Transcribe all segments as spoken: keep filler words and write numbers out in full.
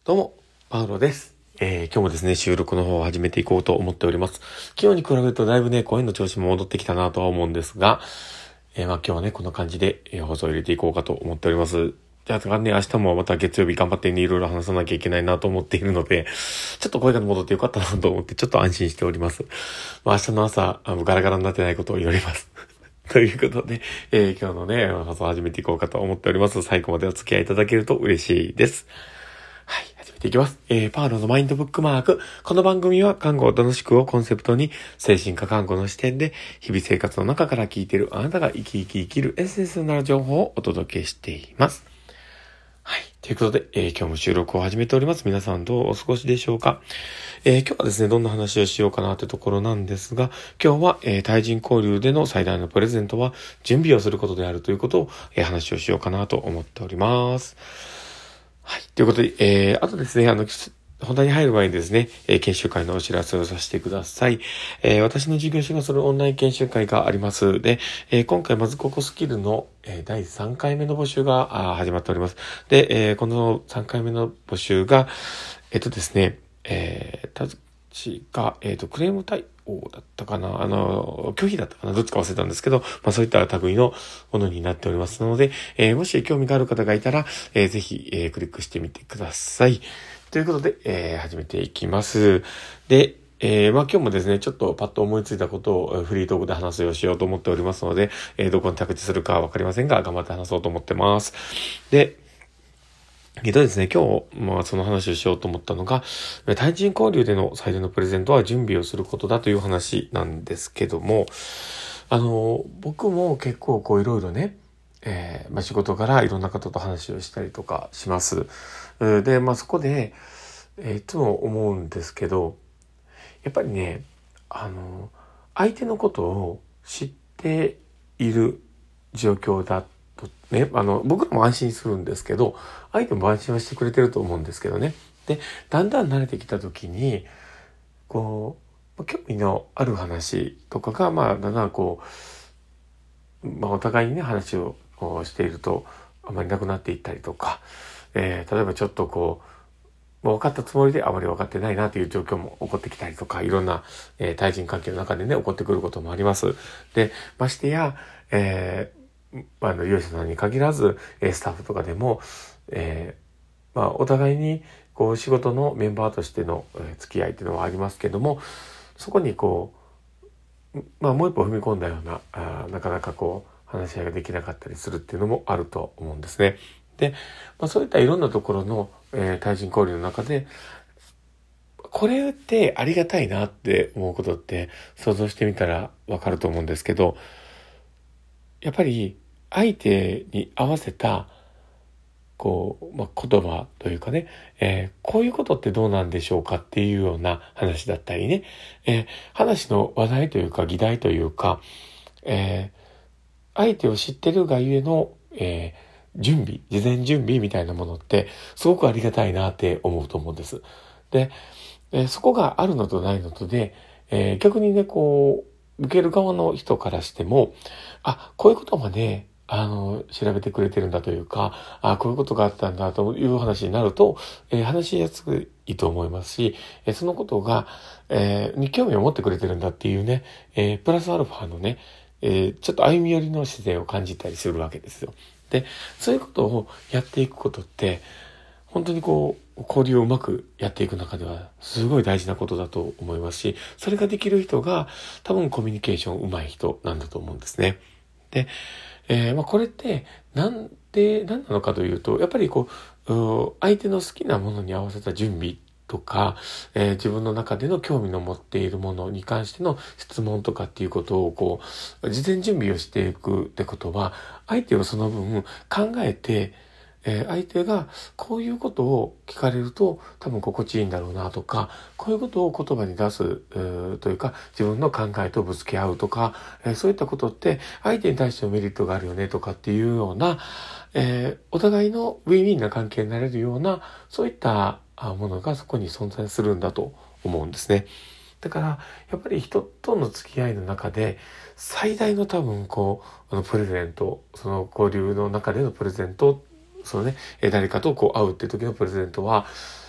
どうも、パウロです。えー、今日もですね、収録の方を始めていこうと思っております。昨日に比べるとだいぶね、声の調子も戻ってきたなとは思うんですが、えー、まあ今日はね、こんな感じで、えー、放送を入れていこうかと思っております。じゃあね、明日もまた月曜日頑張ってね、いろいろ話さなきゃいけないなと思っているので、ちょっと声が戻ってよかったなと思って、ちょっと安心しております。まあ明日の朝、あのガラガラになってないことを祈ります。ということで、えー、今日のね、放送を始めていこうかと思っております。最後までお付き合いいただけると嬉しいです。はい、始めていきます。えー、パーロのマインドブックマーク。この番組は看護を楽しくをコンセプトに、精神科看護の視点で、日々生活の中から聞いているあなたが生き生き生きるエッセンスになる情報をお届けしています。はい。ということで、えー、今日も収録を始めております。皆さんどうお過ごしでしょうか。えー、今日はですね、どんな話をしようかなというところなんですが、今日は、えー、対人交流での最大のプレゼントは、準備をすることであるということを、えー、話をしようかなと思っております。はい。ということで、えー、あとですね、あの、本題に入る前にですね、えー、研修会のお知らせをさせてください。えー、私の事業所がするオンライン研修会があります。で、えー、今回まずここスキルの、えー、だいさんかいめの募集が始まっております。で、えー、このさんかいめの募集が、えっとですね、えー、確か、えっと、クレーム対応だったかな、あの、拒否だったかな、どっちか忘れたんですけど、まあそういった類のものになっておりますので、えー、もし興味がある方がいたら、えー、ぜひ、えー、クリックしてみてください。ということで、えー、始めていきます。で、えー、まあ今日もですね、ちょっとパッと思いついたことをフリートークで話すようしようと思っておりますので、えー、どこに着地するかはわかりませんが、頑張って話そうと思ってます。で、えっとですね、今日、まあその話をしようと思ったのが、対人交流での最大のプレゼントは準備をすることだという話なんですけども、あの、僕も結構こういろいろね、えーまあ、仕事からいろんな方と話をしたりとかします。で、まあそこで、えーいつも思うんですけど、やっぱりね、あの、相手のことを知っている状況だとね、あの、僕らも安心するんですけど、相手も安心はしてくれてると思うんですけどね。で、だんだん慣れてきた時に、こう、興味のある話とかが、まあ、だんだんこう、まあ、お互いにね、話をしていると、あまりなくなっていったりとか、えー、例えばちょっとこう、もう分かったつもりであまり分かってないなという状況も起こってきたりとか、いろんな、えー、対人関係の中でね、起こってくることもあります。で、ましてや、えー、あの、利用者さんに限らず、えー、スタッフとかでも、えー、まあ、お互いに、こう、仕事のメンバーとしての、えー、付き合いっていうのはありますけども、そこにこう、まあ、もう一歩踏み込んだような、あなかなかこう、話し合いができなかったりするっていうのもあると思うんですね。で、まあ、そういったいろんなところの、えー、対人交流の中で、これってありがたいなって思うことって想像してみたらわかると思うんですけど、やっぱり相手に合わせたこう、まあ、言葉というかね、えーこういうことってどうなんでしょうかっていうような話だったりね、えー話の話題というか議題というか、えー相手を知ってるがゆえの、えー準備、事前準備みたいなものってすごくありがたいなって思うと思うんです。で、えーそこがあるのとないのとで、えー逆にね、こう、受ける側の人からしても、あ、こういうことまで、あの、調べてくれてるんだというか、あ、こういうことがあったんだという話になると、えー話しやすいと思いますし、えーそのことが、えーに興味を持ってくれてるんだっていうね、えープラスアルファのね、えーちょっと歩み寄りの自然を感じたりするわけですよ。で、そういうことをやっていくことって、本当にこう、交流をうまくやっていく中では、すごい大事なことだと思いますし、それができる人が、多分コミュニケーション上手い人なんだと思うんですね。で、えーまあこれって、なんで、何なのかというと、やっぱりこう、う相手の好きなものに合わせた準備とか、えー自分の中での興味の持っているものに関しての質問とかっていうことを、こう、事前準備をしていくってことは、相手をその分考えて、えー相手がこういうことを聞かれると多分心地いいんだろうなとか、こういうことを言葉に出す、えーというか、自分の考えとぶつけ合うとか、えーそういったことって相手に対してのメリットがあるよねとかっていうような、えーお互いのウィンウィンな関係になれるような、そういったあものがそこに存在するんだと思うんですね。だから、やっぱり人との付き合いの中で、最大の多分こう、あのプレゼント、その交流の中でのプレゼント、そのね、え誰かとこう会うっていう時のプレゼントは、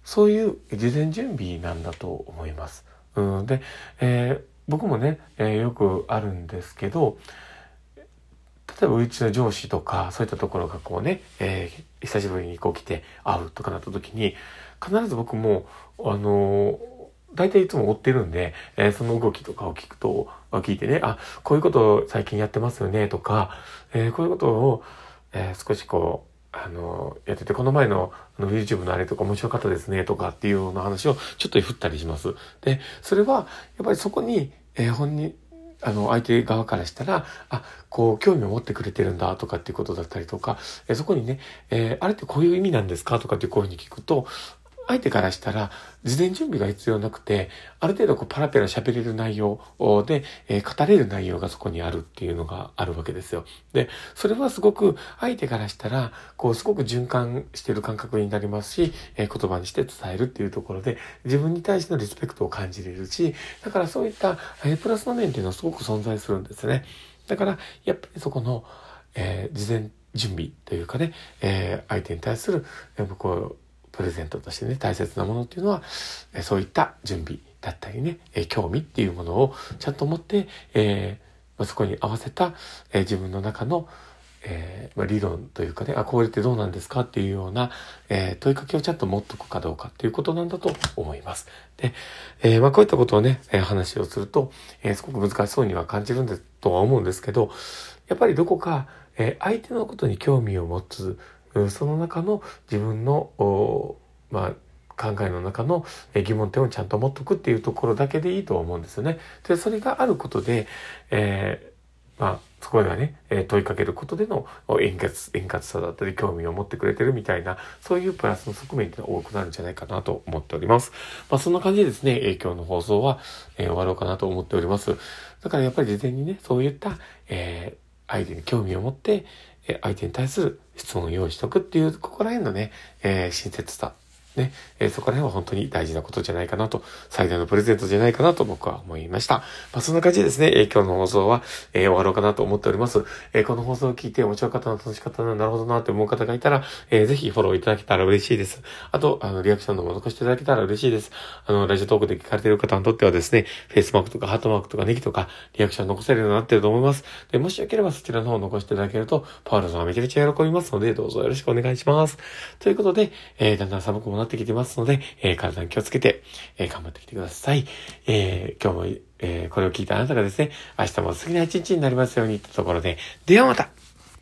そういう事前準備なんだと思います。うん、で、えー、僕もね、えー、よくあるんですけど、例えばうちの上司とかそういったところがこうね、えー、久しぶりにこう来て会うとかなった時に、必ず僕もあのー、大体いつも追ってるんで、えー、その動きとかを聞くと、聞いてね、あ、こういうことを最近やってますよねとか、えー、こういうことを、えー、少しこう、あのー、やってて、この前のあの YouTube のあれとか面白かったですねとかっていうような話をちょっと振ったりします。で、それはやっぱりそこに、えー、本人、あの、相手側からしたら、あ、こう、興味を持ってくれてるんだとかっていうことだったりとか、えーそこにね、えーあれってこういう意味なんですかとかってこういうふうに聞くと、相手からしたら、事前準備が必要なくて、ある程度こうパラペラ喋れる内容で、えー語れる内容がそこにあるっていうのがあるわけですよ。で、それはすごく相手からしたら、こうすごく循環してる感覚になりますし、えー言葉にして伝えるっていうところで、自分に対してのリスペクトを感じれるし、だからそういった、えープラスの面っていうのはすごく存在するんですね。だから、やっぱりそこの、えー事前準備というかね、えー相手に対する、えーこう、プレゼントとしてね、大切なものっていうのは、えーそういった準備だったりね、えー興味っていうものをちゃんと持って、えーまあ、そこに合わせた、えー自分の中の、えーまあ、理論というかね、あ、これってどうなんですかっていうような、えー問いかけをちゃんと持っとくかどうかっていうことなんだと思います。で、えーまあ、こういったことをね、えー話をすると、えーすごく難しそうには感じるんですとは思うんですけど、やっぱりどこか、えー相手のことに興味を持つ、うんその中の自分の、おまあ、考えの中のえー疑問点をちゃんと持っとくっていうところだけでいいと思うんですよね。で、それがあることで、えーまあ、そこがね、えー問いかけることでのお円滑、円滑さだったり興味を持ってくれてるみたいな、そういうプラスの側面っていうのが多くなるんじゃないかなと思っております。まあ、そんな感じでですね、えー今日の放送は、えー終わろうかなと思っております。だからやっぱり事前にね、そういった、えー相手に興味を持って、えー相手に対する質問を用意しておくっていう、ここら辺のね、えー親切さ。ね、えーそこら辺は本当に大事なことじゃないかなと、最大のプレゼントじゃないかなと僕は思いました。まあ、そんな感じでですね、えー今日の放送は、えー終わろうかなと思っております。えーこの放送を聞いて面白かったな、楽しかったな、なるほどなって思う方がいたら、えーぜひフォローいただけたら嬉しいです。あと、あの、リアクションのも残していただけたら嬉しいです。あの、ラジオトークで聞かれている方にとってはですね、フェイスマークとかハートマークとかネギとか、リアクション残せるようになっていると思います。で、もしよければそちらの方を残していただけると、パウロさんはめちゃめちゃ喜びますので、どうぞよろしくお願いします。ということで、えーだんだん寒くもなってきてますので、えー体に気をつけて、えー頑張ってきてください。えー今日も、えーこれを聞いたあなたがですね、明日も素敵な一日になりますようにってところで、ではまた